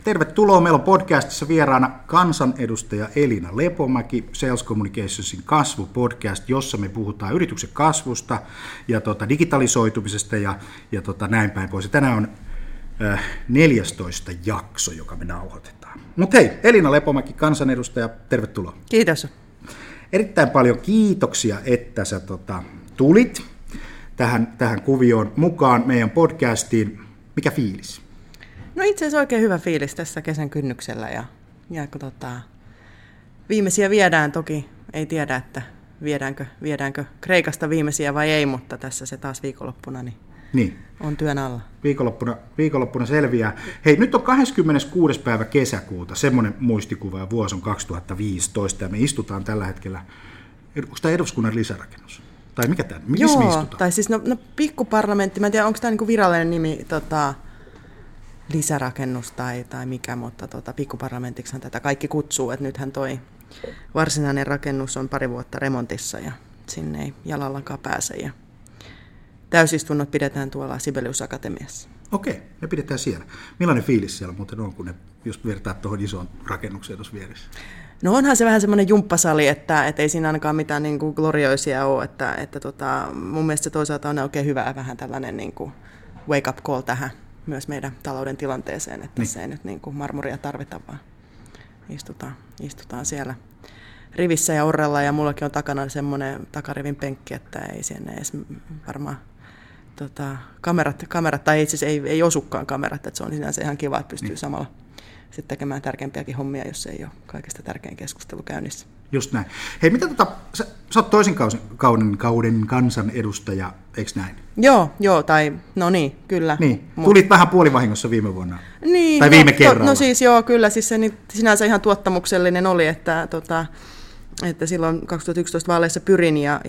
Tervetuloa. Meillä on podcastissa vieraana kansanedustaja Elina Lepomäki, Sales Communicationsin kasvupodcast, jossa me puhutaan yrityksen kasvusta ja digitalisoitumisesta ja näin päin pois. Ja tänään on 14 jakso, joka me nauhoitetaan. Mutta hei, Elina Lepomäki, kansanedustaja, tervetuloa. Kiitos. Erittäin paljon kiitoksia, että sä tulit tähän kuvioon mukaan meidän podcastiin. Mikä fiilis? No itse asiassa oikein hyvä fiilis tässä kesän kynnyksellä ja kun viimeisiä viedään toki, ei tiedä, että viedäänkö Kreikasta viimeisiä vai ei, mutta tässä se taas viikonloppuna niin. On työn alla. Viikonloppuna selviää. Hei, nyt on 26. päivä kesäkuuta, semmoinen muistikuva ja vuosi on 2015 ja me istutaan tällä hetkellä, onko tämä eduskunnan lisärakennus? Tai mikä tämä? Missä me istutaan? Tai siis no pikkuparlamentti, mä en tiedä onko tämä niinku virallinen nimi lisärakennus tai mikä, mutta pikkuparlamentiksihan tätä kaikki kutsuu, että nythän toi varsinainen rakennus on 2 vuotta remontissa ja sinne ei jalallakaan pääse ja täysistunnot pidetään tuolla Sibelius Akatemiassa. Okei, ne pidetään siellä. Millainen fiilis siellä muuten on, kun ne, jos vertaa tuohon isoon rakennukseen tuossa vieressä? No onhan se vähän semmoinen jumppasali, että ei siinä ainakaan mitään niin kuin glorioisia ole, että mun mielestä se toisaalta on oikein hyvä vähän tällainen niin kuin wake up call tähän myös meidän talouden tilanteeseen, että tässä ei nyt niin kuin marmoria tarvita, vaan istutaan siellä rivissä ja orrella, ja mullakin on takana semmoinen takarivin penkki, että ei sinne edes varmaan kamerat tai itse asiassa ei osukaan kamerat, että se on sinänsä ihan kiva, että pystyy samalla sitten tekemään tärkeämpiäkin hommia, jos ei ole kaikista tärkein keskustelu käynnissä. Just näin. Hei, mitä sä oot toisen kauden kansanedustaja, eikö näin? Joo, tai no niin, kyllä. Niin, tulit vähän puolivahingossa viime vuonna, niin, tai viime kerralla. No siis joo, kyllä, siis se sinänsä ihan tuottamuksellinen oli, että silloin 2011 vaaleissa pyrin ja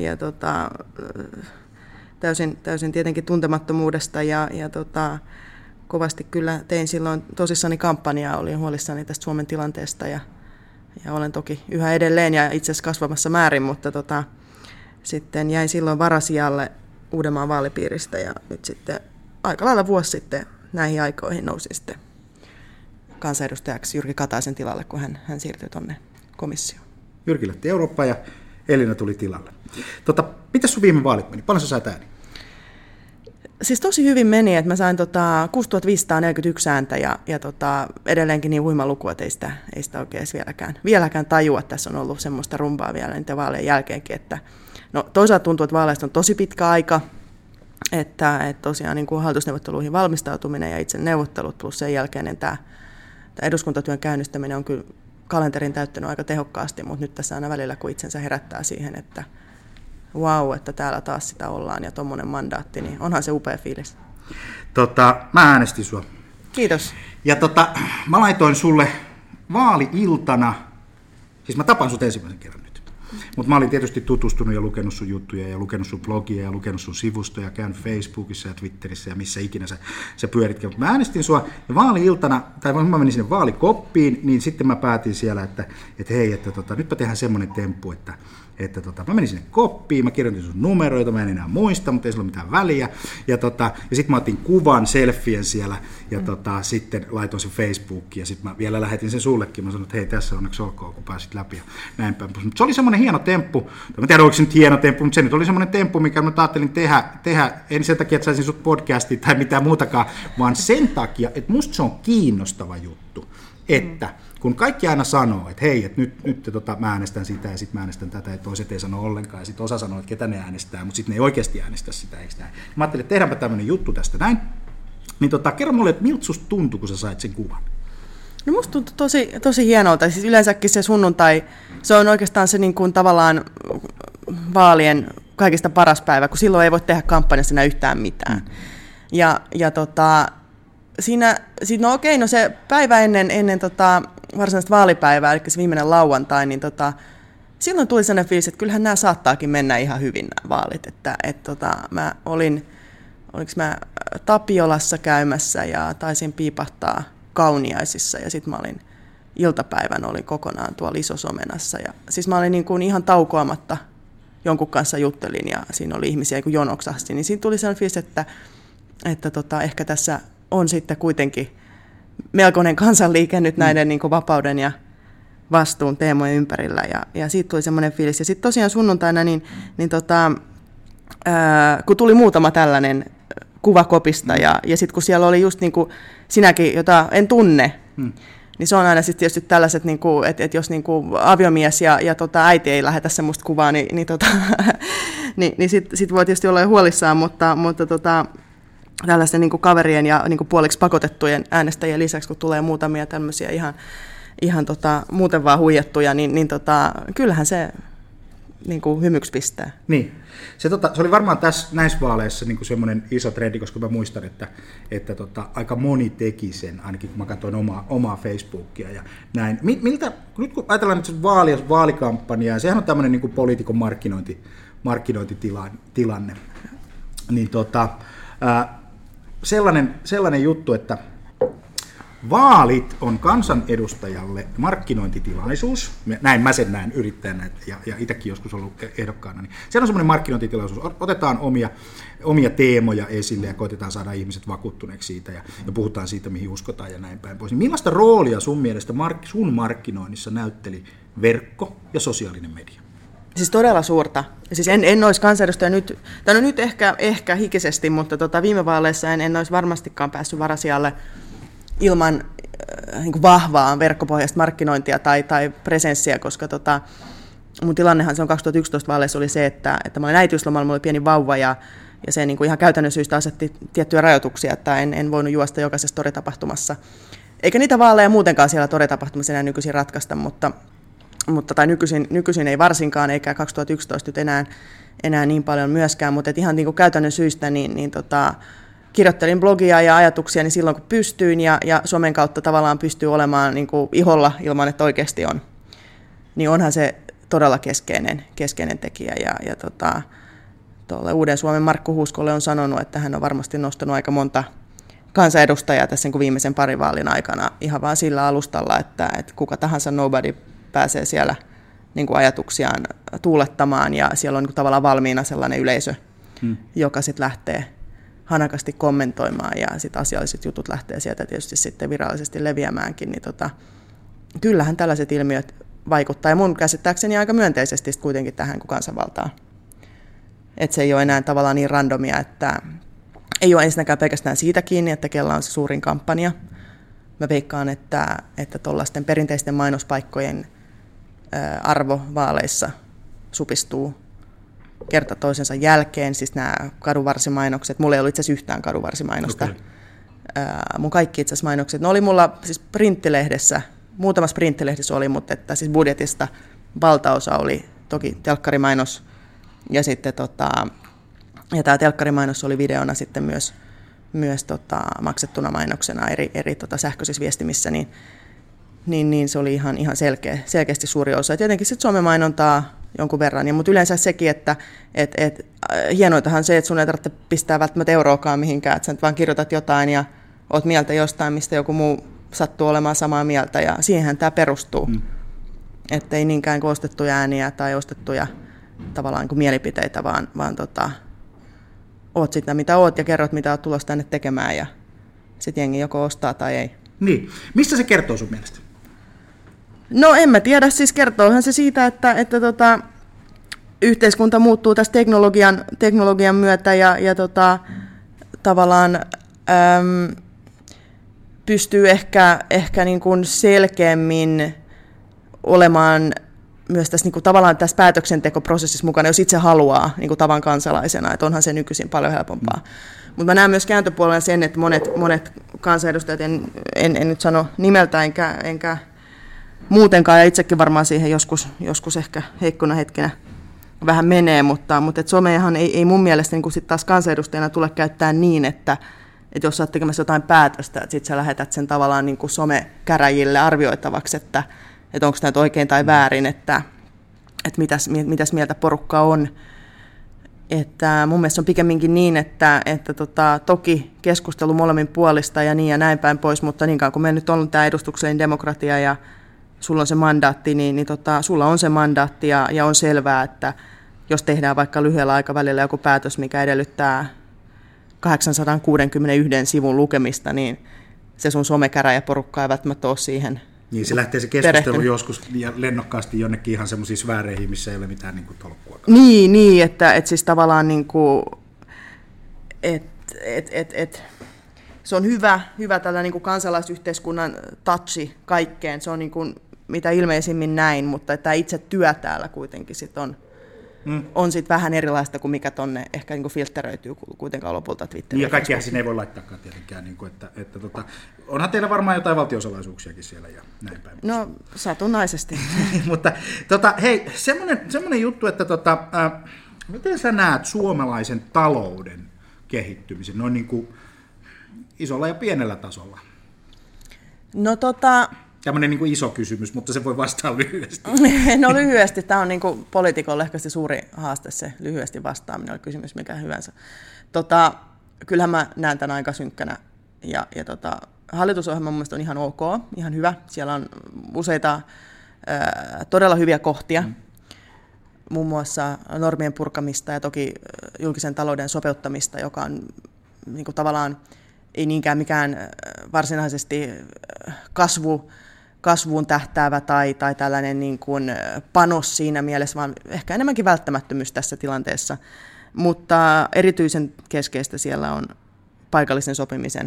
täysin tietenkin tuntemattomuudesta ja kovasti kyllä tein silloin tosissani kampanjaa, olin huolissani tästä Suomen tilanteesta ja olen toki yhä edelleen ja itse asiassa kasvamassa määrin, mutta sitten jäin silloin varasijalle Uudenmaan vaalipiiristä ja nyt sitten aika lailla vuosi sitten näihin aikoihin nousin sitten kansanedustajaksi Jyrki Kataisen tilalle, kun hän siirtyi tuonne komissioon. Jyrki lähti Eurooppaan ja Elina tuli tilalle. Mitäs sun viime vaalit meni? Paljon sä sait ääni? Siis tosi hyvin meni, että mä sain 6541 ääntä ja edelleenkin niin huima luku, että ei sitä oikein vieläkään tajua, että tässä on ollut semmoista rumbaa vielä niiden vaalien jälkeenkin. Että, no toisaalta tuntuu, että vaaleista on tosi pitkä aika, että tosiaan niin kuin hallitusneuvotteluihin valmistautuminen ja itse neuvottelut plus sen jälkeinen tämä eduskuntatyön käynnistäminen on kyllä kalenterin täyttänyt aika tehokkaasti, mutta nyt tässä aina välillä, kun itsensä herättää siihen, että vau, että täällä taas sitä ollaan ja tuommoinen mandaatti, niin onhan se upea fiilis. Mä äänestin sua. Kiitos. Ja mä laitoin sulle vaali-iltana, siis mä tapaan sut ensimmäisen kerran nyt, mutta mä olin tietysti tutustunut ja lukenut sun juttuja ja lukenut sun blogia ja lukenut sun sivustoja, käynyt Facebookissa ja Twitterissä ja missä ikinä sä pyöritkään. Mutta mä äänestin sua ja vaali-iltana, tai kun mä menin sinne vaalikoppiin, niin sitten mä päätin siellä, että hei, että nytpä tehdään semmoinen temppu, että mä menin sinne koppiin, mä kirjoitin sun numeroita, mä en enää muista, mutta ei sillä ole mitään väliä. Ja sitten mä otin kuvan, selfien siellä, ja sitten laitoin sen Facebookiin, ja sitten mä vielä lähetin sen sullekin. Mä sanoin, että hei, tässä onneksi olkoon, kun pääsit läpi ja näin päin. Mutta se oli semmoinen hieno temppu, mä tiedän, oliko se nyt hieno temppu, mutta se nyt oli semmoinen temppu, mikä mä ajattelin tehdä, en sen takia, että saisin sut podcastiin tai mitään muutakaan, vaan sen takia, että musta se on kiinnostava juttu, että kun kaikki aina sanoo, että hei, että nyt mä äänestän sitä ja sitten mä äänestän tätä, ja toiset ei sano ollenkaan, ja sitten osa sanoo, että ketä ne äänestää, mutta sitten ne ei oikeasti äänestä sitä, eikö näin? Mä ajattelin, että tehdäänpä tämmöinen juttu tästä näin. Niin kerro mulle, että miltä susta tuntui, kun sä sait sen kuvan? No musta tuntui tosi hienolta. Siis yleensäkin se sunnuntai, se on oikeastaan se niin kuin tavallaan vaalien kaikista paras päivä, kun silloin ei voi tehdä kampanjassa enää yhtään mitään. Ja no okei, no se päivä ennen varsinaista vaalipäivää, eli se viimeinen lauantai, niin silloin tuli sellainen fiilis, että kyllähän nämä saattaakin mennä ihan hyvin nämä vaalit. Mä oliko mä Tapiolassa käymässä ja taisin piipahtaa Kauniaisissa ja sitten mä olin iltapäivän kokonaan tuolla Isosomenassa. Ja, siis mä olin niin kuin ihan taukoamatta jonkun kanssa juttelin ja siinä oli ihmisiä kun jonoksasti, niin siinä tuli sellainen fiilis, että ehkä tässä on sitten kuitenkin melkoinen kansanliike nyt näiden niin kuin vapauden ja vastuun teemojen ympärillä, ja siitä tuli semmoinen fiilis. Ja sitten tosiaan sunnuntaina, kun tuli muutama tällainen kuva kopista, ja sitten kun siellä oli just niin kuin sinäkin, jota en tunne, niin se on aina sitten tietysti tällaiset, niin että jos niin kuin aviomies ja äiti ei lähetä semmoista kuvaa, niin sit voi tietysti olla jo huolissaan, mutta tällaisten niin kuin kaverien ja niin kuin puoliksi pakotettujen äänestäjien lisäksi, kun tulee muutamia tämmöisiä ihan muuten vaan huijattuja, niin kyllähän se niin kuin hymyksi pistää. Niin. Se oli varmaan näissä vaaleissa niin kuin semmoinen iso trendi, koska mä muistan, että aika moni teki sen, ainakin kun mä katsoin omaa Facebookia ja näin. Nyt kun ajatellaan nyt vaalikampanjaa, sehän on tämmöinen niin kuin poliitikon markkinointitilanne, niin sellainen juttu, että vaalit on kansanedustajalle markkinointitilaisuus, näin mä sen näen yrittäjänä ja itsekin joskus ollut ehdokkaana, niin se on semmoinen markkinointitilaisuus, otetaan omia teemoja esille ja koitetaan saada ihmiset vakuuttuneeksi siitä ja puhutaan siitä, mihin uskotaan ja näin päin pois. Niin millaista roolia sun mielestä sun markkinoinnissa näytteli verkko ja sosiaalinen media? Siis todella suurta. Siis en olisi kansanedustaja nyt, tai no nyt ehkä hikisesti, mutta viime vaaleissa en olisi varmastikaan päässyt varasijalle ilman niin kuin vahvaa verkkopohjaista markkinointia tai presenssiä, koska mun tilannehan se on 2011 vaaleissa oli se, että mä olin äitiyslomalla, mulla oli pieni vauva ja se niin kuin ihan käytännön syystä asetti tiettyjä rajoituksia, että en voinut juosta jokaisessa toritapahtumassa. Eikä niitä vaaleja muutenkaan siellä toritapahtumassa enää nykyisin ratkaista, mutta nykyisin ei varsinkaan, eikä 2011 nyt enää niin paljon myöskään, mutta ihan niin kuin käytännön syistä kirjoittelin blogia ja ajatuksia niin silloin, kun pystyin, ja somen kautta tavallaan pystyy olemaan niin kuin iholla ilman, että oikeasti on. Niin onhan se todella keskeinen tekijä. Ja tuolle Uuden Suomen Markku Huuskolle on sanonut, että hän on varmasti nostanut aika monta kansanedustajaa tässä niin kuin viimeisen parin vaalin aikana ihan vaan sillä alustalla, että kuka tahansa nobody pääsee siellä niin kuin ajatuksiaan tuulettamaan, ja siellä on niin kuin tavallaan valmiina sellainen yleisö, joka sitten lähtee hanakasti kommentoimaan, ja sitten asialliset jutut lähtee sieltä tietysti sitten virallisesti leviämäänkin, niin kyllähän tällaiset ilmiöt vaikuttaa, ja mun käsittääkseni aika myönteisesti kuitenkin tähän kuin kansanvaltaan. Että se ei ole enää tavallaan niin randomia, että ei ole ensinnäkään pelkästään siitä kiinni, että kella on se suurin kampanja. Mä veikkaan, että tuollaisten perinteisten mainospaikkojen arvo vaaleissa supistuu kerta toisensa jälkeen, siis nämä kadunvarsimainokset. Mulla ei ollut itse asiassa yhtään kadunvarsimainosta. Okay. Mun kaikki itse asiassa mainokset, ne oli mulla siis printtilehdessä, muutamassa printtilehdessä oli, mutta että siis budjetista valtaosa oli toki telkkarimainos, ja sitten ja tämä telkkarimainos oli videona sitten myös maksettuna mainoksena eri sähköisissä viestimissä, niin se oli ihan selkeästi suuri osa. Ja tietenkin sitten somemainontaa jonkun verran, mutta yleensä sekin, että hienoitahan se, että sun ei tarvitse pistää välttämättä euroakaan mihinkään, että sä nyt vaan kirjoitat jotain ja oot mieltä jostain, mistä joku muu sattuu olemaan samaa mieltä, ja siihenhän tämä perustuu. Että ei niinkään ostettuja ääniä tai ostettuja tavallaan kuin mielipiteitä, vaan oot sitä, mitä oot, ja kerrot, mitä oot tulossa tänne tekemään, ja sitten jengi joko ostaa tai ei. Niin. Mistä se kertoo sun mielestä? No en mä tiedä, siis kertoohan se siitä, että yhteiskunta muuttuu tässä teknologian myötä, ja tavallaan pystyy ehkä niin kuin selkeämmin olemaan myös tässä, niin kuin tavallaan tässä päätöksentekoprosessissa mukana, jos itse haluaa niin kuin tavan kansalaisena, että onhan se nykyisin paljon helpompaa. Mutta mä näen myös kääntöpuolella sen, että monet kansanedustajat, en nyt sano nimeltä enkä muutenkaan, ja itsekin varmaan siihen joskus ehkä heikkona hetkenä vähän menee, mutta et someahan ei mun mielestä niin sit taas kansanedustajana tule käyttää niin, että jos sä oot tekemässä jotain päätöstä, että sit sä lähetät sen tavallaan niin kuin somekäräjille arvioitavaksi, että onko tämä oikein tai väärin, että mitäs mieltä porukka on. Että mun mielestä on pikemminkin niin, että toki keskustelu molemmin puolista ja niin ja näin päin pois, mutta niin kauan kun me nyt on tämä edustuksellinen demokratia ja sulla on se mandaatti, niin sulla on se mandaatti, ja on selvää, että jos tehdään vaikka lyhyellä aikavälillä joku päätös, mikä edellyttää 861 sivun lukemista, niin se sun somekäräjäporukka ei välttämättä ole siihen. Niin se lähtee se keskustelu joskus ja lennokkaasti jonnekin ihan semmoisiin sfääreihin, missä ei ole mitään niin kuin tolkkua. Niin, että siis tavallaan niin kuin, se on hyvä tällä niin kuin kansalaisyhteiskunnan touchi kaikkeen. Se on niin kuin, mitä ilmeisimmin näin, mutta tämä itse työ täällä kuitenkin sit on sit vähän erilaista kuin mikä tonne ehkä niin kuin filtteröityy kuitenkaan lopulta Twitteriin. Niin ja kaikkia sinne ei voi laittaakaan tietenkään, niin kuin, onhan teillä varmaan jotain valtiosalaisuuksiakin siellä ja näin päin. No satunnaisesti. Mutta hei, semmoinen juttu, että miten sä näet suomalaisen talouden kehittymisen noin niin kuin isolla ja pienellä tasolla? No tämmöinen niin kuin iso kysymys, mutta se voi vastaa lyhyesti. No lyhyesti. Tämä on niin kuin poliitikolle ehkä se suuri haaste, se lyhyesti vastaaminen, oli kysymys mikä hyvänsä. Kyllähän mä näen tämän aika synkkänä. Ja hallitusohjelma mun mielestä on ihan ok, ihan hyvä. Siellä on useita todella hyviä kohtia, muun muassa normien purkamista ja toki julkisen talouden sopeuttamista, joka on niin kuin tavallaan ei niinkään mikään varsinaisesti kasvuun tähtäävä tai tällainen niin kuin panos siinä mielessä, vaan ehkä enemmänkin välttämättömyys tässä tilanteessa. Mutta erityisen keskeistä siellä on paikallisen sopimisen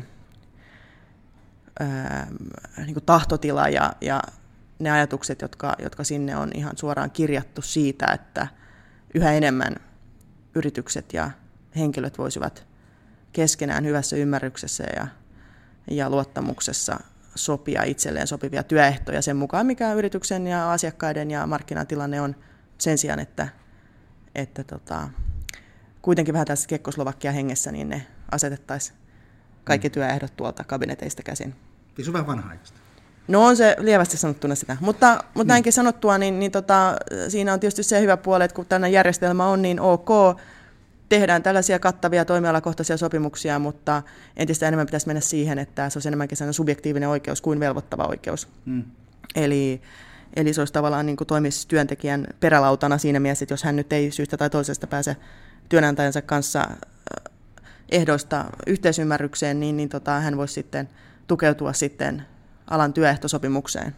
niin kuin tahtotila ja ne ajatukset, jotka sinne on ihan suoraan kirjattu siitä, että yhä enemmän yritykset ja henkilöt voisivat keskenään hyvässä ymmärryksessä ja luottamuksessa sopia itselleen sopivia työehtoja sen mukaan, mikä yrityksen ja asiakkaiden ja markkinatilanne on sen sijaan, että kuitenkin vähän tässä Kekkoslovakia hengessä, niin ne asetettaisiin kaikki työehdot tuolta kabineteista käsin. Se on vähän vanha-aikaista. No on se lievästi sanottuna sitä, mutta näinkin sanottua, niin siinä on tietysti se hyvä puoli, että kun tällainen järjestelmä on niin ok, tehdään tällaisia kattavia toimialakohtaisia sopimuksia, mutta entistä enemmän pitäisi mennä siihen, että se olisi enemmänkin sellainen subjektiivinen oikeus kuin velvoittava oikeus. Eli se olisi tavallaan niin kuin toimisi työntekijän perälautana siinä mielessä, että jos hän nyt ei syystä tai toisesta pääse työnantajansa kanssa ehdoista yhteisymmärrykseen, niin hän voisi sitten tukeutua sitten alan työehtosopimukseen.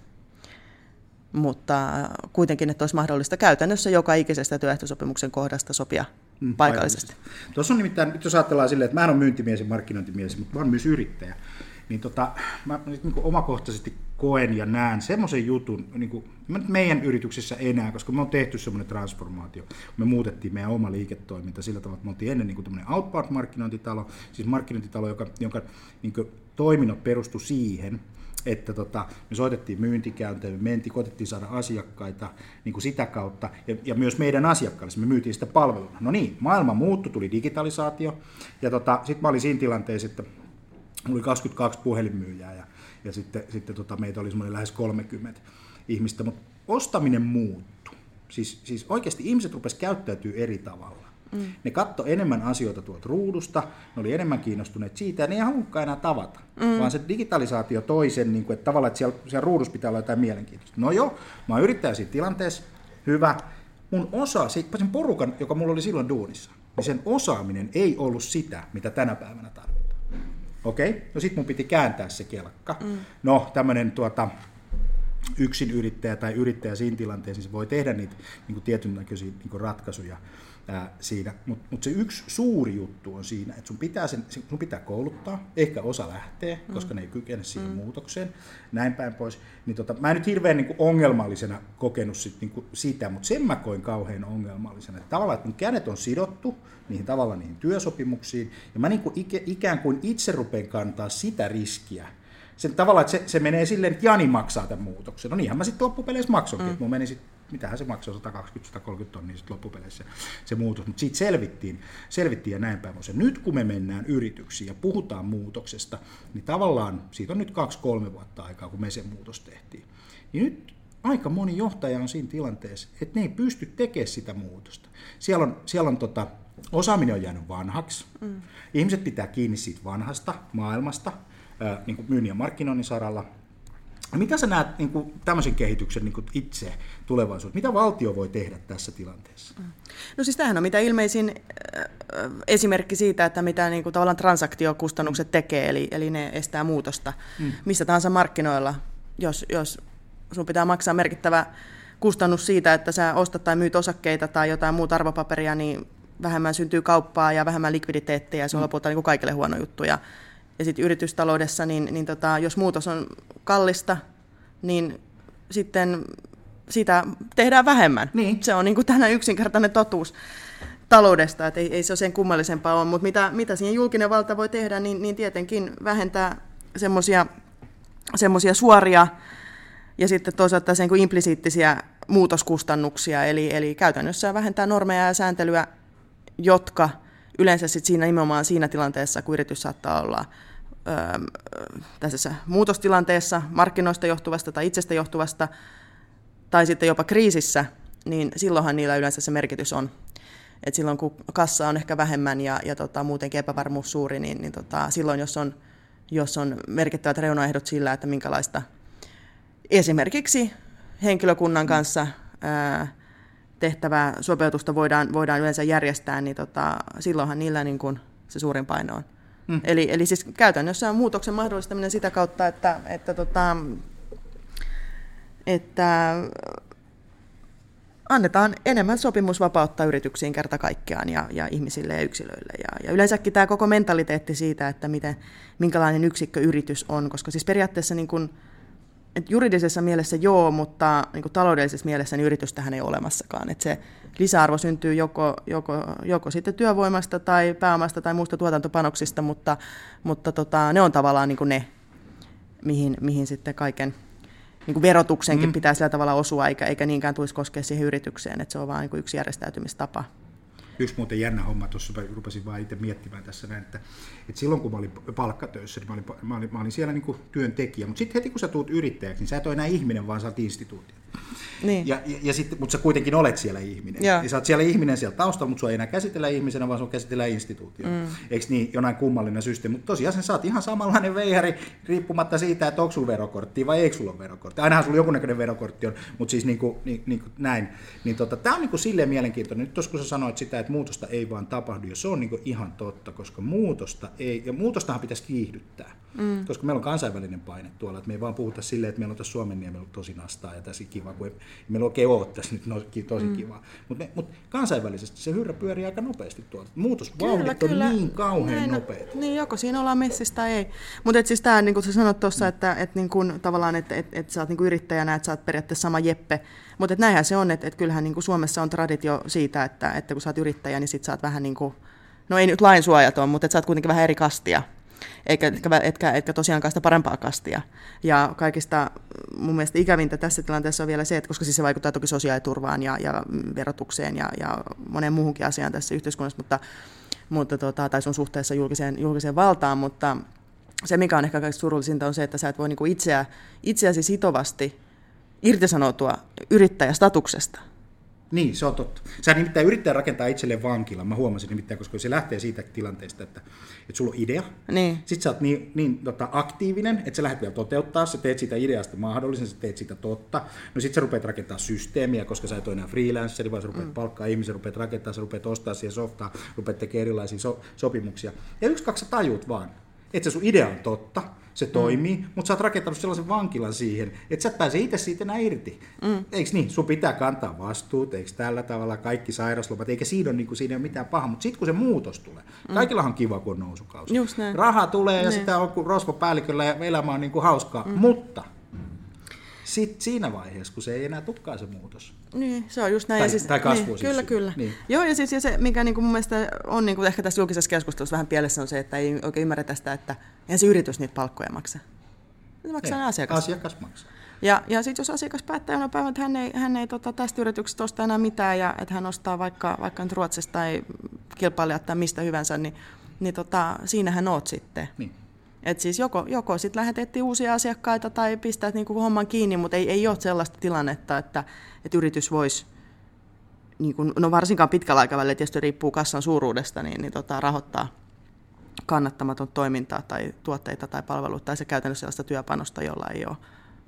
Mutta kuitenkin, että olisi mahdollista käytännössä joka ikisestä työehtosopimuksen kohdasta sopia paikallisesti. Tuossa on nimittäin, nyt jos ajatellaan silleen, että mä en ole myyntimies ja markkinointimies, mutta mä olen myös yrittäjä, niin mä niin omakohtaisesti koen ja näen semmoisen jutun, niin kuin, meidän yrityksessä enää, koska me on tehty semmoinen transformaatio, me muutettiin meidän oma liiketoiminta sillä tavalla, että me oltiin ennen niin tämmöinen outbound-markkinointitalo, siis markkinointitalo, jonka niin toiminnot perustui siihen, että me soitettiin myyntikäyntejä, me koitettiin saada asiakkaita niin kuin sitä kautta, ja myös meidän asiakkaille, me myytiin sitä palveluna. No niin, maailma muuttui, tuli digitalisaatio, ja sitten mä olin siinä tilanteessa, että oli 22 puhelinmyyjää, ja sitten meitä oli semmoinen lähes 30 ihmistä, mutta ostaminen muuttui. Siis oikeasti ihmiset rupesivat käyttäytyä eri tavalla. Ne katsoi enemmän asioita tuolta ruudusta, ne oli enemmän kiinnostuneet siitä, ja ne ei halunnutkaan enää tavata, vaan se digitalisaatio toi sen, niin kuin, että tavallaan että siellä ruudussa pitää olla jotain mielenkiintoista. No joo, mä oon yrittäjä siinä tilanteessa, hyvä. Mun sen porukan, joka mulla oli silloin duunissa, niin sen osaaminen ei ollut sitä, mitä tänä päivänä tarvitaan. Okei? No sit mun piti kääntää se kelkka. No tämmönen yksin yrittäjä tai yrittäjä siinä tilanteessa, niin se voi tehdä niitä niin kuin tietyn näköisiä niin kuin ratkaisuja siinä. Mutta se yksi suuri juttu on siinä, että sun pitää kouluttaa, ehkä osa lähtee, koska ne ei kykene siihen muutokseen, näin päin pois. Niin mä en nyt hirveän niin kuin ongelmallisena kokenut sitä, mutta sen mä koin kauhean ongelmallisena. Että tavallaan, että mun kädet on sidottu niihin työsopimuksiin, ja mä niin kuin ikään kuin itse rupean kantaa sitä riskiä, sen tavallaan, että se menee silleen, että Jani maksaa tämän muutoksen. No niinhän mä sitten loppupeleissä maksoinkin, että mun meni sitten, mitähän se maksoi, 120-130 tonnia sitten loppupeleissä se muutos, mutta siitä selvittiin ja näin päin. Nyt kun me mennään yrityksiin ja puhutaan muutoksesta, niin tavallaan siitä on nyt 2-3 vuotta aikaa, kun me se muutos tehtiin. Niin nyt aika moni johtaja on siinä tilanteessa, että ne ei pysty tekemään sitä muutosta. Siellä on osaaminen on jäänyt vanhaksi, ihmiset pitää kiinni siitä vanhasta maailmasta, niin kuin myynnin ja markkinoinnin saralla, Mitä sä näet niin kuin tämmöisen kehityksen niin kuin itse tulevaisuudessa? Mitä valtio voi tehdä tässä tilanteessa? No siis tämähän on mitä ilmeisin esimerkki siitä, että mitä niin kuin tavallaan transaktiokustannukset tekee, eli ne estää muutosta missä tahansa markkinoilla. Jos sun pitää maksaa merkittävä kustannus siitä, että sä ostat tai myyt osakkeita tai jotain muuta arvopaperia, niin vähemmän syntyy kauppaa ja vähemmän likviditeettiä, ja se on lopulta niin kuin kaikille huono juttu. Ja sitten yritystaloudessa, jos muutos on kallista, niin sitten sitä tehdään vähemmän. Niin. Se on niin kuin tänään yksinkertainen totuus taloudesta, että ei se ole sen kummallisempaa ole, mutta mitä siihen julkinen valta voi tehdä, niin tietenkin vähentää semmoisia suoria ja sitten toisaalta sen kuin implisiittisiä muutoskustannuksia, eli käytännössä vähentää normeja ja sääntelyä, jotka yleensä sit nimenomaan siinä tilanteessa, kun yritys saattaa olla tässä muutostilanteessa, markkinoista johtuvasta tai itsestä johtuvasta, tai sitten jopa kriisissä, niin silloinhan niillä yleensä se merkitys on. Et silloin kun kassa on ehkä vähemmän ja muutenkin epävarmuus suuri, niin silloin jos on merkittävät reunaehdot sillä, että minkälaista esimerkiksi henkilökunnan kanssa tehtävää sopeutusta voidaan yleensä järjestää, niin silloinhan niillä niin kuin se suurin paino on. Eli siis käytännössä on muutoksen mahdollistaminen sitä kautta, että annetaan enemmän sopimusvapautta yrityksiin kerta kaikkiaan ja ihmisille ja yksilöille. Ja yleensäkin tämä koko mentaliteetti siitä, että minkälainen yksikköyritys on, koska siis periaatteessa niin kuin, että juridisessa mielessä joo, mutta niin kuin taloudellisessa mielessä niin yritystähän ei ole olemassakaan. Että se lisäarvo syntyy joko sitten työvoimasta tai pääomasta tai muusta tuotantopanoksista, mutta ne on tavallaan niin kuin ne, mihin sitten kaiken niin kuin verotuksenkin pitää sillä tavalla osua, eikä niinkään tulisi koskea siihen yritykseen, että se on vain niin kuin yksi järjestäytymistapa. Yksi muuten jännä homma, tuossa rupesin vaan itse miettimään tässä näin, että silloin kun mä olin palkkatöissä, niin mä olin siellä niin kuin työntekijä, mutta sitten heti kun sä tulet yrittäjäksi, niin sä et ole enää ihminen, vaan sä oot instituutio. Niin. Mutta sä kuitenkin olet siellä ihminen. Ja sä oot siellä ihminen siellä taustalla, mutta sua ei enää käsitellä ihmisenä, vaan sua käsitellään instituutio. Eikö niin, jonain kummallinen systeemi? Mutta tosiaan sä oot ihan samanlainen veihari, riippumatta siitä, että onko sulla verokorttia vai eikö sulla ole verokorttia. Ainahan sulla jonkunnäköinen verokortti on, mutta siis niin kuin näin. Niin tämä on niin kuin silleen mielenkiintoinen. Nyt tuossa kun sä sanoit sitä, että muutosta ei vaan tapahdu, ja se on niin kuin ihan totta, koska muutostahan pitäisi kiihdyttää. Koska meillä on kansainvälinen paine tuolla, että me ei vaan puhuta silleen, että meillä on tässä Suomenniemellä tosi nastaa ja tässä kiva, kun meillä oikein ole tässä nyt tosi kivaa. Mutta kansainvälisesti se hyrrä pyörii aika nopeasti tuolta. Muutosvauhdit on niin kauhean nopeita. Niin, joko siinä ollaan messissä tai ei. Mutta siis tämä, niin kuin sä sanot tuossa, että niin kun, tavallaan, että sä oot niin kuin yrittäjänä, että sä oot periaatteessa sama Jeppe. Mutta näinhän se on, että kyllähän niin kuin Suomessa on traditio siitä, että kun sä oot yrittäjä, niin sit sä oot vähän niin kuin, no ei nyt lainsuojaton, mutta sä oot kuitenkin vähän eri kastia. Etkä tosiaankaan sitä parempaa kastia. Ja kaikista mun mielestä ikävintä tässä tilanteessa on vielä se, että koska siis se vaikuttaa toki sosiaaliturvaan ja verotukseen ja moneen muuhunkin asiaan tässä yhteiskunnassa, mutta tai sun suhteessa julkiseen valtaan, mutta se mikä on ehkä kaikista surullisinta on se, että sä et voi niinku itseäsi sitovasti irtisanoutua yrittäjästatuksesta. Niin, se on totta. Sä nimittäin yrittää rakentaa itselleen vankilan. Mä huomasin nimittäin, koska se lähtee siitä tilanteesta, että sulla on idea. Niin. Sitten sä oot niin aktiivinen, että sä lähdet vielä toteuttaa. Sä teet siitä ideasta mahdollisen, sä teet siitä totta. No sit sä rupeat rakentaa systeemiä, koska sä et ole enää freelanceri, vaan sä rupeat palkkaa ihmisiä, rupeat rakentaa, sä rupeat ostaa siihen softaa, rupeat tekemään erilaisia sopimuksia. Ja 1-2 sä tajuut vaan, että se sun idea on totta. Se toimii, mutta sä oot rakentanut sellaisen vankilan siihen, että sä et pääse itse siitä enää irti. Eikö niin? Sun pitää kantaa vastuut, eikö tällä tavalla kaikki sairaslomat, eikä siinä ole mitään pahaa, mutta sitten kun se muutos tulee, kaikillahan on kiva, kun on nousukausi. Raha tulee ja sitä on kuin rosvopäälliköllä ja elämä on niin kuin hauskaa, mutta sitten siinä vaiheessa, kun se ei enää tukkaa se muutos. Niin, se on just näin. Tai kasvu niin, siis. Kyllä. Niin. Joo, ja siis ja se, mikä niin kuin mun mielestä on niin kuin ehkä tässä julkisessa keskustelussa vähän pielessä, on se, että ei oikein ymmärretä sitä, että eihän se yritys niitä palkkoja maksa. Se maksaa ne asiakas. Asiakas maksaa. Ja sitten jos asiakas päättää jonain päivänä, että hän ei tästä yrityksestä osta enää mitään, ja että hän ostaa vaikka nyt Ruotsista tai kilpailijat tai mistä hyvänsä, niin siinähän oot sitten. Niin. Että siis joko sitten lähetettiin uusia asiakkaita tai pistää niinku homman kiinni, mutta ei ole sellaista tilannetta, että yritys voisi, niinku, no varsinkaan pitkällä aikavälillä, tietysti riippuu kassan suuruudesta, niin rahoittaa kannattamaton toimintaa tai tuotteita tai palveluita tai se käytännössä sellaista työpanosta, jolla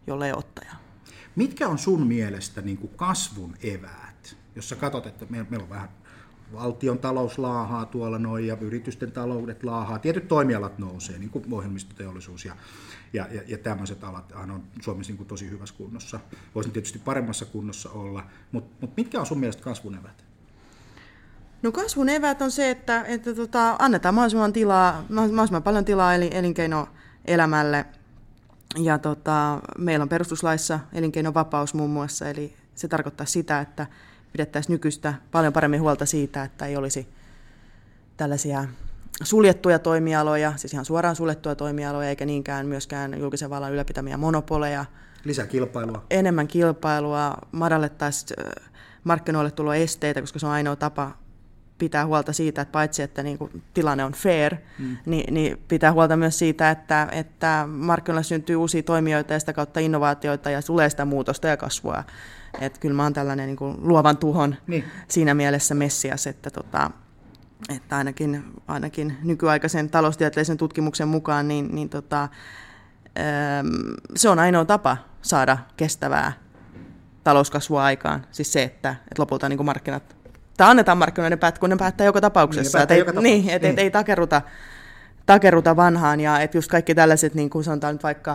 jolla ei ole ottajaa. Mitkä on sun mielestä niin kuin kasvun eväät? Jos sä katsot, että meillä on vähän valtion talous laahaa tuolla noin ja yritysten taloudet laahaa. Tietyt toimialat nousee, niin kuin ohjelmistoteollisuus ja tämmöiset alat on Suomessa niin kuin tosi hyvässä kunnossa. Voisi tietysti paremmassa kunnossa olla, mutta mitkä on sun mielestä kasvun eväät? No kasvun eväät on se, että annetaan mahdollisimman paljon tilaa elinkeinoelämälle. Ja meillä on perustuslaissa elinkeinovapaus muun muassa, eli se tarkoittaa sitä, että pidettäisiin nykyistä paljon paremmin huolta siitä, että ei olisi tällaisia suljettuja toimialoja, siis ihan suoraan suljettuja toimialoja, eikä niinkään myöskään julkisen vallan ylläpitämiä monopoleja. Lisää kilpailua. Enemmän kilpailua, madallettaisiin markkinoille tulo esteitä, koska se on ainoa tapa pitää huolta siitä, että paitsi että niin kuin tilanne on fair, niin pitää huolta myös siitä, että markkinoilla syntyy uusia toimijoita ja sitä kautta innovaatioita ja tulee sitä muutosta ja kasvua. Että kyllä mä oon tällainen niin kuin luovan tuhon siinä mielessä messias, että ainakin nykyaikaisen taloustieteellisen tutkimuksen mukaan se on ainoa tapa saada kestävää talouskasvua aikaan. Siis se, että lopulta niin kuin annetaan markkinoiden päättää, kun ne päättää joka tapauksessa. Ei takerruta vanhaan. Ja että just kaikki tällaiset, niin kuin sanotaan nyt vaikka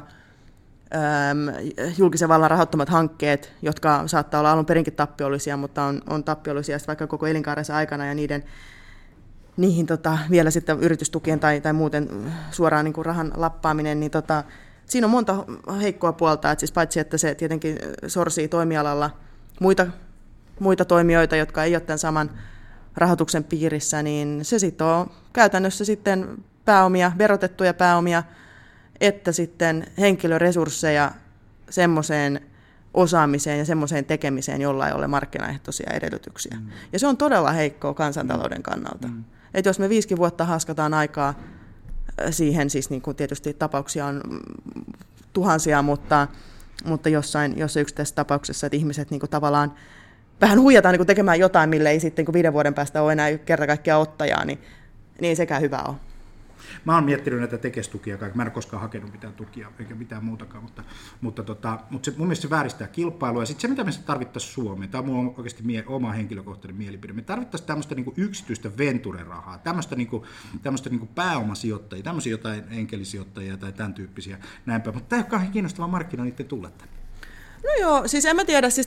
julkisen vallan rahoittamat hankkeet, jotka saattaa olla alun perinkin tappiollisia, mutta on tappiollisia vaikka koko elinkaarensa aikana ja niihin vielä sitten yritystukien tai muuten suoraan niin kuin rahan lappaaminen, niin siinä on monta heikkoa puolta, että siis paitsi että se tietenkin sorsii toimialalla muita toimijoita, jotka ei ole tämän saman rahoituksen piirissä, niin se sitoo käytännössä sitten pääomia, verotettuja pääomia, että sitten henkilöresursseja semmoiseen osaamiseen ja semmoiseen tekemiseen, jolla ei ole markkinaehtoisia edellytyksiä. Ja se on todella heikkoa kansantalouden kannalta. Että jos me 5 vuotta haskataan aikaa siihen, siis niin kuin tietysti tapauksia on tuhansia, mutta jossain yksittäisessä tapauksessa, että ihmiset niin kuin tavallaan vähän huijataan niin kuin tekemään jotain, mille ei sitten 5 vuoden päästä ole enää kerta kaikkiaan ottajaa, niin ei sekään hyvä ole. Mä oon miettinyt näitä tekestukia, mä en ole koskaan hakenut mitään tukia eikä mitään muutakaan, mutta se, mun mielestä se vääristää kilpailua. Ja sitten se, mitä me tarvittaisiin Suomeen, tämä on mun oikeasti oma henkilökohtainen mielipide, me tarvittaisiin tämmöistä niin kuin yksityistä venture-rahaa, tämmöistä niin kuin pääomasijoittajia, tämmöisiä jotain enkelisijoittajia tai tämän tyyppisiä näinpä, mutta tämä ei ole kauhean kiinnostava markkina niiden tulla tänne. No joo, siis en mä tiedä, siis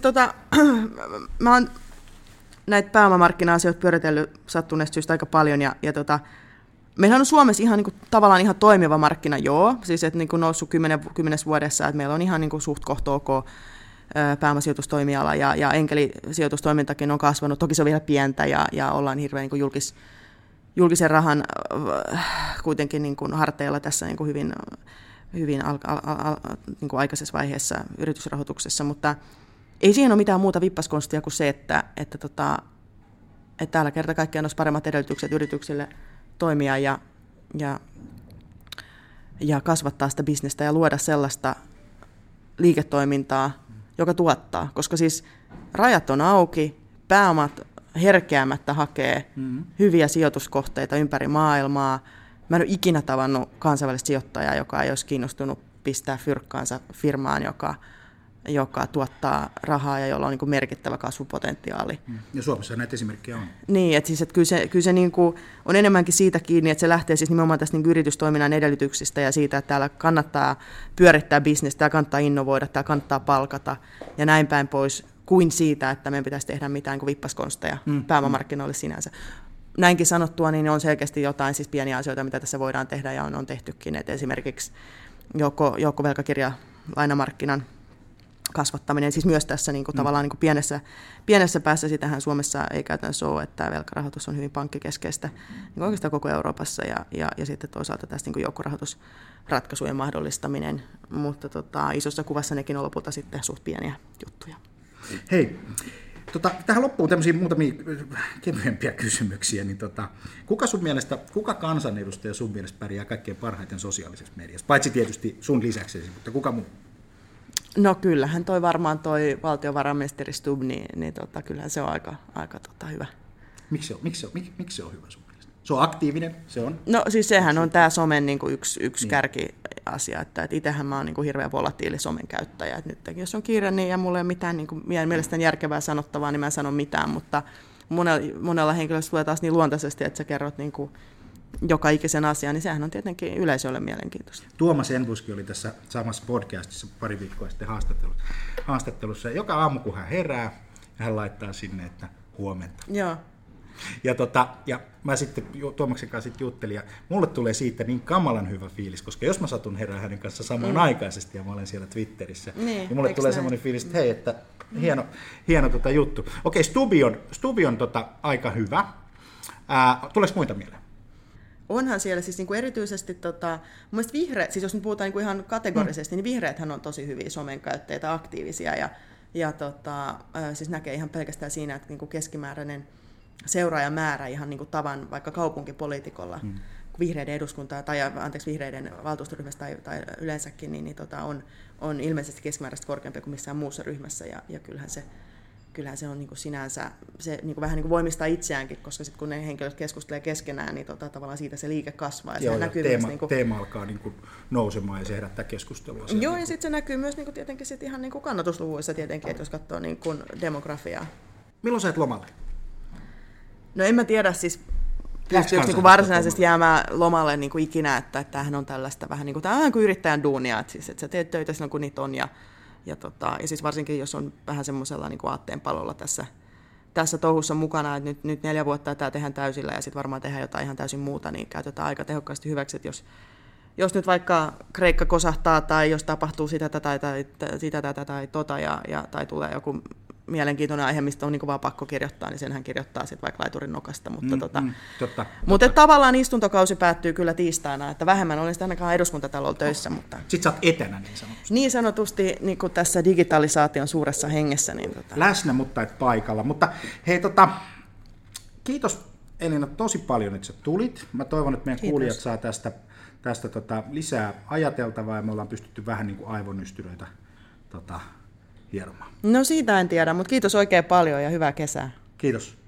mä oon näitä pääomamarkkina-asioita pyöritellyt sattuneesta syystä aika paljon ja meillähän on Suomessa ihan, niin kuin, tavallaan ihan toimiva markkina, joo, siis että niin kuin noussut 10 vuodessa, että meillä on ihan niin kuin suht kohta ok pääomasijoitustoimiala ja enkelisijoitustoimintakin on kasvanut, toki se on vielä pientä ja ollaan hirveän niin kuin julkisen rahan kuitenkin niin kuin harteilla tässä niin kuin hyvin niin kuin aikaisessa vaiheessa yritysrahoituksessa, mutta ei siihen ole mitään muuta vippaskonstia kuin se, että täällä kerta kaikkiaan olisi paremmat edellytykset yrityksille toimia ja kasvattaa sitä bisnestä ja luoda sellaista liiketoimintaa, joka tuottaa, koska siis rajat on auki, pääomat herkeämättä hakee hyviä sijoituskohteita ympäri maailmaa. Mä en ole ikinä tavannut kansainvälistä sijoittajaa, joka ei olisi kiinnostunut pistää fyrkkaansa firmaan, joka tuottaa rahaa ja jolla on niin kuin merkittävä kasvupotentiaali. Ja Suomessa näitä esimerkkejä on. Niin, että siis, että kyllä se niin kuin on enemmänkin siitä kiinni, että se lähtee siis nimenomaan tästä niin kuin yritystoiminnan edellytyksistä ja siitä, että täällä kannattaa pyörittää bisnestä, täällä kannattaa innovoida, täällä kannattaa palkata ja näin päin pois, kuin siitä, että meidän pitäisi tehdä mitään kuin vippaskonsteja pääomamarkkinoille sinänsä. Näinkin sanottua, niin on selkeästi jotain siis pieniä asioita, mitä tässä voidaan tehdä ja on tehtykin, että esimerkiksi joukkovelkakirjalainamarkkinan kasvattaminen, siis myös tässä niin kuin tavallaan niin kuin pienessä päässä, sitähän Suomessa ei käytännössä ole, että velkarahoitus on hyvin pankkikeskeistä niin oikeastaan koko Euroopassa ja sitten toisaalta tästä niin kuin joukkorahoitusratkaisujen mahdollistaminen, mutta isossa kuvassa nekin on lopulta sitten suht pieniä juttuja. Hei, tähän loppuun tämmöisiä muutamia kevyempiä kysymyksiä, niin kuka kansanedustaja sun mielestä pärjää kaikkein parhaiten sosiaalisessa mediassa, paitsi tietysti sun lisäksi, mutta kuka muu? No kyllähän toi valtiovarainministeri Stubb, niin kyllähän se on aika hyvä. Miksi se on hyvä sun mielestä? Se on aktiivinen, se on. No siis sehän on tämä somen niin kuin yksi asia, että itsehän mä oon niin kuin hirveän volatiili somen käyttäjä, että nyt jos on kiire niin, ja mulla ei ole mitään niin kuin mielestäni järkevää sanottavaa, niin mä en sano mitään, mutta monella henkilöllä tulee taas niin luontaisesti, että sä kerrot niin kuin joka ikisen asian, niin sehän on tietenkin yleisölle mielenkiintoista. Tuomas Enbuski oli tässä samassa podcastissa pari viikkoa sitten haastattelussa. Joka aamu, kun hän herää, hän laittaa sinne, että huomenta. Joo. Ja mä sitten Tuomaksen kanssa juttelin, ja mulle tulee siitä niin kamalan hyvä fiilis, koska jos mä satun herää hänen kanssa samaan aikaisesti, ja mä olen siellä Twitterissä, niin mulle tulee semmoinen fiilis, että hei, että hieno juttu. Okei, Stubi on aika hyvä. Tuleeko muita mieleen? Onhan siellä siis niin kuin erityisesti, mun mielestä vihreät, siis jos nyt puhutaan niin kuin ihan kategorisesti, niin vihreäthän on tosi hyviä somen käyttäjiä, aktiivisia, ja siis näkee ihan pelkästään siinä, että niin kuin keskimääräinen seuraajamäärä ihan niin kuin tavan vaikka kaupunkipoliitikolla, vihreiden eduskuntaa vihreiden valtuustoryhmässä tai yleensäkin, niin on ilmeisesti keskimääräisesti korkeampi kuin missään muussa ryhmässä, ja kyllähän se on niin kuin sinänsä, se niin kuin vähän niin kuin voimistaa itseäänkin, koska sitten kun ne henkilöt keskustelee keskenään, niin tavallaan siitä se liike kasvaa. Ja joo, näkyy teema, niin kuin teema alkaa niin kuin nousemaan ja se herättää keskustelua. Joo, niin ja sitten se näkyy myös niin kuin tietenkin sit ihan niin kuin kannatusluvuissa tietenkin, että jos katsoo niin kuin demografiaa. Milloin sä et lomalle? No en mä tiedä, siis pystyykö niin varsinaisesti jäämään lomalle niin kuin ikinä, että tämähän on tällaista vähän niin kuin yrittäjän duunia, että sä teet töitä silloin kun niitä on, ja siis varsinkin jos on vähän semmoisella niin kuin aatteenpalolla tässä touhussa mukana, että nyt 4 vuotta tämä tehdään täysillä ja sitten varmaan tehdään jotain ihan täysin muuta, niin käytetään aika tehokkaasti hyväksi, että jos nyt vaikka Kreikka kosahtaa tai jos tapahtuu sitä tai tai tulee joku mielenkiintoinen aihe, mistä on niin vaan pakko kirjoittaa, niin senhän kirjoittaa sitten vaikka laiturin nokasta. Mutta tavallaan istuntokausi päättyy kyllä tiistaina, että vähemmän olen sitten ainakaan eduskuntatalolla töissä. Mutta sitten sä oot etänä niin sanotusti. Niin sanotusti niin kuin tässä digitalisaation suuressa hengessä. Niin Läsnä, mutta et paikalla. Mutta hei, kiitos Elina tosi paljon, että sä tulit. Mä toivon, että meidän kuulijat saa tästä lisää ajateltavaa ja me ollaan pystytty vähän niin kuin aivonystyröitä hieromaan. No siitä en tiedä, mutta kiitos oikein paljon ja hyvää kesää. Kiitos.